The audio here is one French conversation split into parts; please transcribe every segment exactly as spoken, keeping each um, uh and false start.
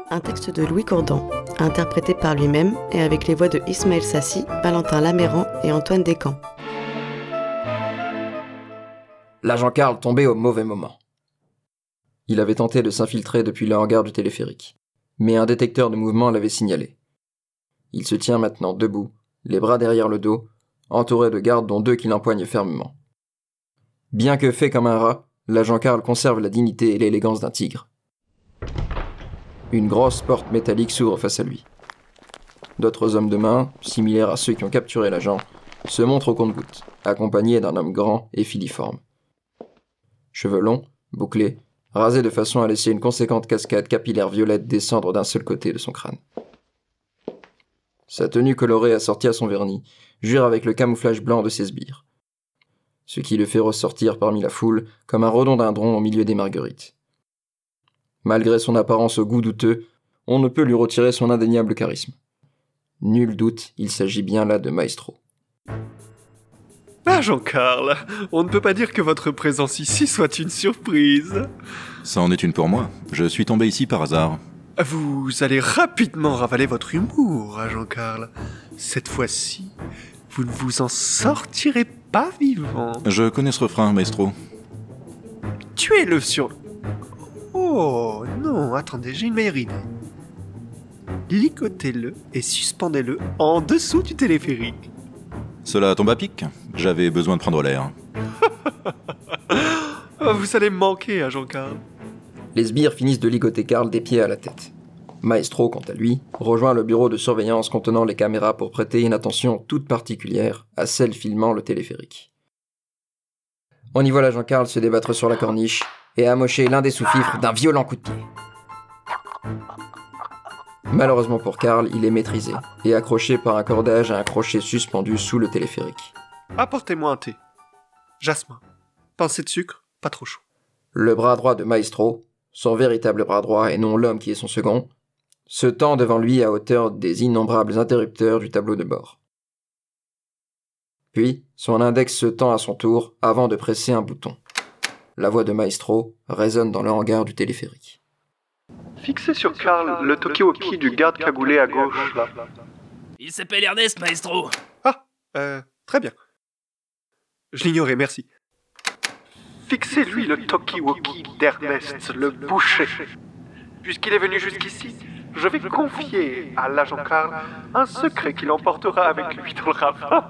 Un texte de Louis Courdan, interprété par lui-même et avec les voix de Ismaël Sassi, Valentin Laméran et Antoine Descamps. L'agent Karl tombait au mauvais moment. Il avait tenté de s'infiltrer depuis le hangar du téléphérique, mais un détecteur de mouvement l'avait signalé. Il se tient maintenant debout, les bras derrière le dos, entouré de gardes dont deux qui l'empoignent fermement. Bien que fait comme un rat, l'agent Karl conserve la dignité et l'élégance d'un tigre. Une grosse porte métallique s'ouvre face à lui. D'autres hommes de main, similaires à ceux qui ont capturé l'agent, se montrent au compte-gouttes, accompagnés d'un homme grand et filiforme. Cheveux longs, bouclés, rasés de façon à laisser une conséquente cascade capillaire violette descendre d'un seul côté de son crâne. Sa tenue colorée assortie à son vernis jure avec le camouflage blanc de ses sbires, ce qui le fait ressortir parmi la foule comme un rhododendron au milieu des marguerites. Malgré son apparence au goût douteux, on ne peut lui retirer son indéniable charisme. Nul doute, il s'agit bien là de Maestro. Agent Karl, on ne peut pas dire que votre présence ici soit une surprise. Ça en est une pour moi. Je suis tombé ici par hasard. Vous allez rapidement ravaler votre humour, Agent Karl. Cette fois-ci, vous ne vous en sortirez pas vivant. Je connais ce refrain, Maestro. Tuez-le sur... Oh, non, attendez, j'ai une meilleure idée. Ligotez-le et suspendez-le en dessous du téléphérique. Cela tombe à pic. J'avais besoin de prendre l'air. Vous allez me manquer, Agent Karl. Les sbires finissent de ligoter Karl des pieds à la tête. Maestro, quant à lui, rejoint le bureau de surveillance contenant les caméras pour prêter une attention toute particulière à celle filmant le téléphérique. On y voit l'agent Karl se débattre sur la corniche et amocher l'un des sous-fifres d'un violent coup de pied. Malheureusement pour Karl, il est maîtrisé et accroché par un cordage à un crochet suspendu sous le téléphérique. Apportez-moi un thé. Jasmin. Pincée de sucre, pas trop chaud. Le bras droit de Maestro, son véritable bras droit et non l'homme qui est son second, se tend devant lui à hauteur des innombrables interrupteurs du tableau de bord. Puis, son index se tend à son tour avant de presser un bouton. La voix de Maestro résonne dans le hangar du téléphérique. Fixez sur Karl le talkie-walkie du garde cagoulé à gauche, là. Il s'appelle Ernest, Maestro. Ah, euh, très bien. Je l'ignorais, merci. Fixez-lui le talkie-walkie d'Ernest, le boucher. Puisqu'il est venu jusqu'ici, je vais confier à l'agent Karl un secret qu'il emportera avec lui dans le ravin.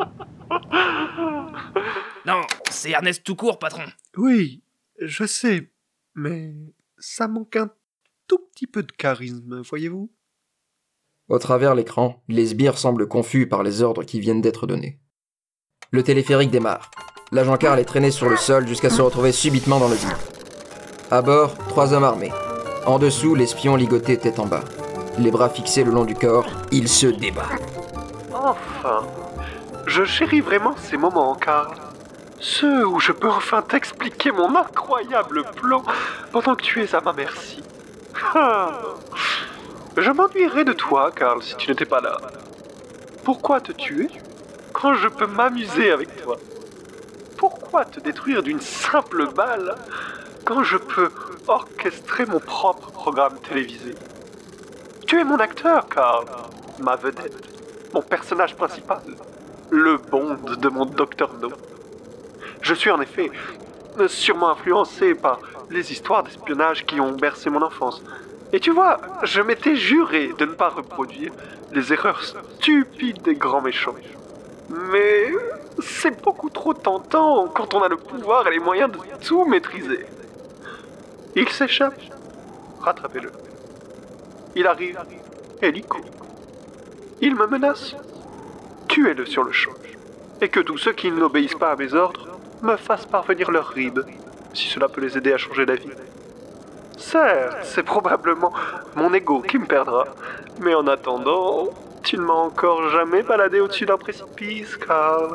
Non, c'est Ernest tout court, patron. Oui, je sais, mais ça manque un tout petit peu de charisme, voyez-vous. Au travers l'écran, les sbires semblent confus par les ordres qui viennent d'être donnés. Le téléphérique démarre. L'agent Karl est traîné sur le sol jusqu'à se retrouver subitement dans le vide. À bord, trois hommes armés. En dessous, l'espion ligoté tête en bas. Les bras fixés le long du corps, il se débat. Enfin, je chéris vraiment ces moments, Karl. Ceux où je peux enfin t'expliquer mon incroyable plan pendant que tu es à ma merci. Ah. Je m'ennuierais de toi, Karl, si tu n'étais pas là. Pourquoi te tuer quand je peux m'amuser avec toi? Pourquoi te détruire d'une simple balle quand je peux orchestrer mon propre programme télévisé? Tu es mon acteur, Karl, ma vedette, mon personnage principal, le Bond de mon docteur No. Je suis en effet sûrement influencé par les histoires d'espionnage qui ont bercé mon enfance. Et tu vois, je m'étais juré de ne pas reproduire les erreurs stupides des grands méchants. Mais c'est beaucoup trop tentant quand on a le pouvoir et les moyens de tout maîtriser. Il s'échappe, rattrapez-le. Il arrive, hélico. Il me menace, tuez-le sur le champ. Et que tous ceux qui n'obéissent pas à mes ordres me fassent parvenir leur ride, si cela peut les aider à changer d'avis. Certes, c'est probablement mon ego qui me perdra, mais en attendant, tu ne m'as encore jamais baladé au-dessus d'un précipice, Karl.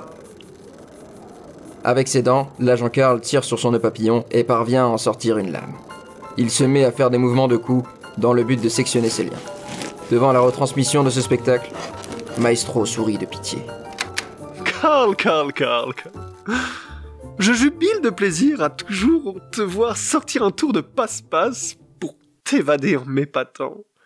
Avec ses dents, l'agent Karl tire sur son nœud papillon et parvient à en sortir une lame. Il se met à faire des mouvements de cou dans le but de sectionner ses liens. Devant la retransmission de ce spectacle, Maestro sourit de pitié. Karl, Karl, Karl, Karl. Je jubile de plaisir à toujours te voir sortir un tour de passe-passe pour t'évader en m'épatant.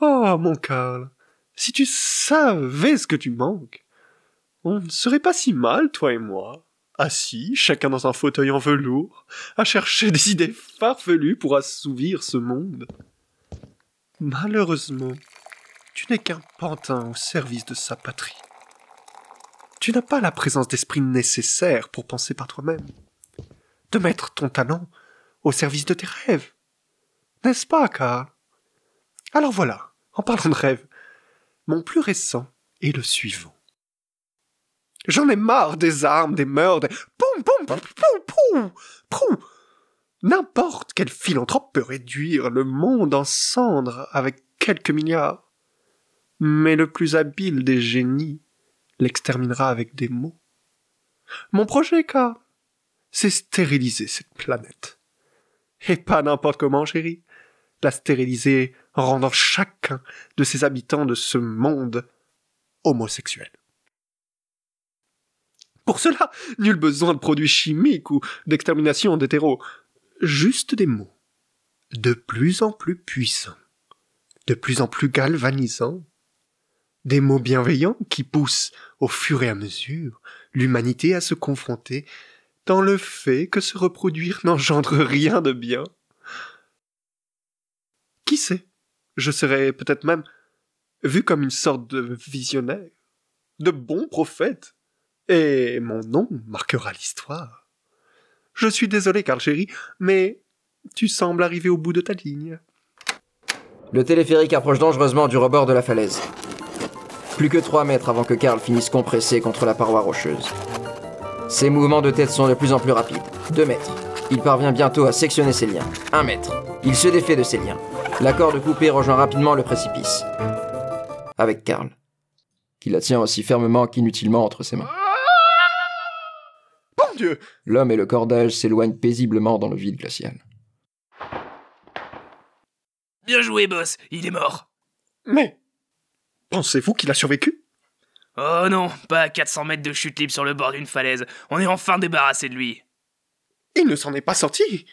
Oh, mon Karl, si tu savais ce que tu manques, on ne serait pas si mal, toi et moi, assis, chacun dans un fauteuil en velours, à chercher des idées farfelues pour assouvir ce monde. Malheureusement, tu n'es qu'un pantin au service de sa patrie. Tu n'as pas la présence d'esprit nécessaire pour penser par toi-même, de mettre ton talent au service de tes rêves. N'est-ce pas, Karl? Alors voilà, en parlant de rêves, mon plus récent est le suivant. J'en ai marre des armes, des meurtres, des... Poum, poum, poum, poum, poum, poum. N'importe quel philanthrope peut réduire le monde en cendres avec quelques milliards. Mais le plus habile des génies l'exterminera avec des mots. Mon projet, Karl, c'est stériliser cette planète. Et pas n'importe comment, chérie. La stériliser en rendant chacun de ses habitants de ce monde homosexuel. Pour cela, nul besoin de produits chimiques ou d'extermination d'hétéros. Juste des mots, de plus en plus puissants, de plus en plus galvanisants, des mots bienveillants qui poussent, au fur et à mesure, l'humanité à se confronter dans le fait que se reproduire n'engendre rien de bien. Qui sait, je serais peut-être même vu comme une sorte de visionnaire, de bon prophète, et mon nom marquera l'histoire. Je suis désolé, Karl chéri, mais tu sembles arriver au bout de ta ligne. Le téléphérique approche dangereusement du rebord de la falaise. Plus que trois mètres avant que Karl finisse compressé contre la paroi rocheuse. Ses mouvements de tête sont de plus en plus rapides. Deux mètres. Il parvient bientôt à sectionner ses liens. Un mètre. Il se défait de ses liens. La corde coupée rejoint rapidement le précipice. Avec Karl, qui la tient aussi fermement qu'inutilement entre ses mains. Bon Dieu! L'homme et le cordage s'éloignent paisiblement dans le vide glacial. Bien joué, boss, il est mort. Mais pensez-vous qu'il a survécu? Oh non, pas à quatre cents mètres de chute libre sur le bord d'une falaise. On est enfin débarrassé de lui. Il ne s'en est pas sorti.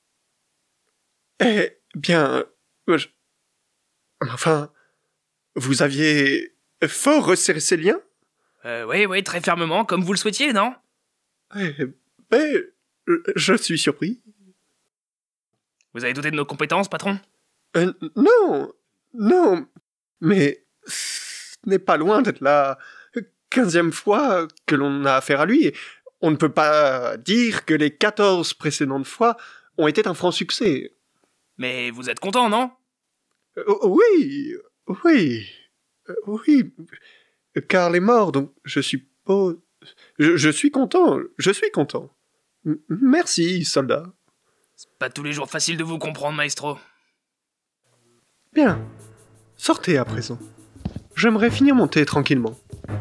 Eh bien... Je... Enfin... Vous aviez fort resserré ses liens? Euh, oui, oui, très fermement, comme vous le souhaitiez, non? Eh ben... Je suis surpris. Vous avez douté de nos compétences, patron? Euh, non, non, mais ce n'est pas loin d'être la quinzième fois que l'on a affaire à lui. Et on ne peut pas dire que les quatorze précédentes fois ont été un franc succès. Mais vous êtes content, non? Euh, oui, oui, euh, oui. Karl est mort, donc je suppose... Je, je suis content, je suis content. M- merci, soldat. C'est pas tous les jours facile de vous comprendre, maestro. Bien, sortez à présent. J'aimerais finir mon thé tranquillement.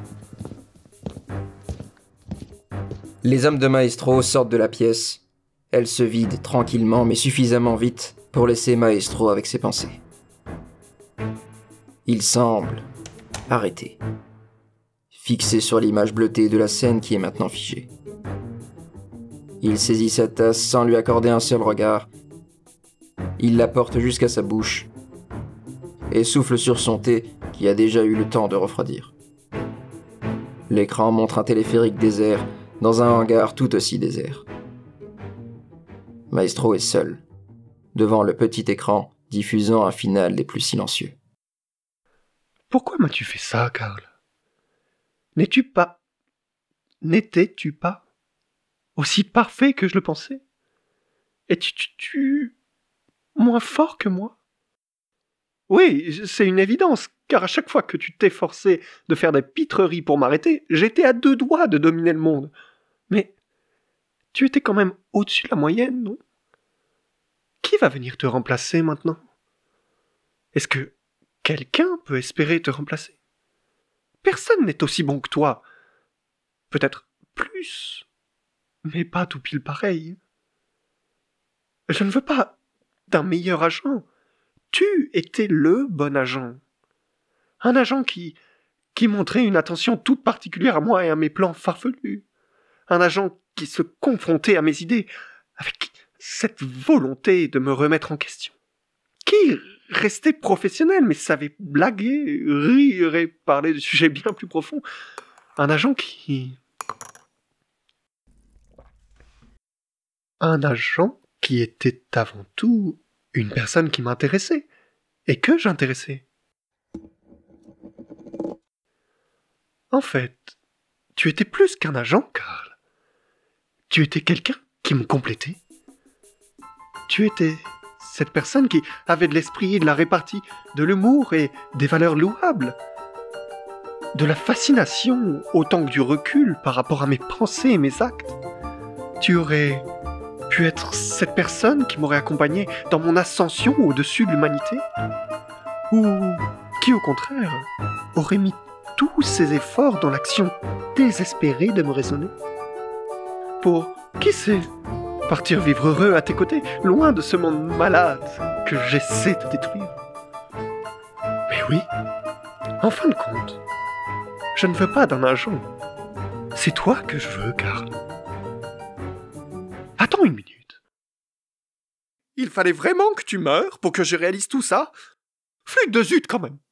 Les hommes de Maestro sortent de la pièce. Elle se vide tranquillement mais suffisamment vite pour laisser Maestro avec ses pensées. Il semble arrêté, fixé sur l'image bleutée de la scène qui est maintenant figée. Il saisit sa tasse sans lui accorder un seul regard. Il la porte jusqu'à sa bouche et souffle sur son thé qui a déjà eu le temps de refroidir. L'écran montre un téléphérique désert dans un hangar tout aussi désert. Maestro est seul, devant le petit écran diffusant un final des plus silencieux. Pourquoi m'as-tu fait ça, Karl? N'es-tu pas... N'étais-tu pas aussi parfait que je le pensais? Es-tu moins fort que moi? Oui, c'est une évidence, car à chaque fois que tu t'efforçais de faire des pitreries pour m'arrêter, j'étais à deux doigts de dominer le monde. Mais tu étais quand même au-dessus de la moyenne, non? Qui va venir te remplacer maintenant? Est-ce que quelqu'un peut espérer te remplacer? Personne n'est aussi bon que toi. Peut-être plus, mais pas tout pile pareil. Je ne veux pas d'un meilleur agent. Tu étais le bon agent. Un agent qui, qui montrait une attention toute particulière à moi et à mes plans farfelus. Un agent qui se confrontait à mes idées avec cette volonté de me remettre en question. Qui rester professionnel, mais savais blaguer, rire et parler de sujets bien plus profonds. Un agent qui... Un agent qui était avant tout une personne qui m'intéressait, et que j'intéressais. En fait, tu étais plus qu'un agent, Karl. Tu étais quelqu'un qui me complétait. Tu étais cette personne qui avait de l'esprit et de la répartie, de l'humour et des valeurs louables. De la fascination autant que du recul par rapport à mes pensées et mes actes. Tu aurais pu être cette personne qui m'aurait accompagné dans mon ascension au-dessus de l'humanité. Ou qui, au contraire, aurait mis tous ses efforts dans l'action désespérée de me raisonner. Pour, qui sait, partir vivre heureux à tes côtés, loin de ce monde malade que j'essaie de détruire. Mais oui, en fin de compte, je ne veux pas d'un agent. C'est toi que je veux, Karl. Attends une minute. Il fallait vraiment que tu meures pour que je réalise tout ça ? Flûte de zut, quand même.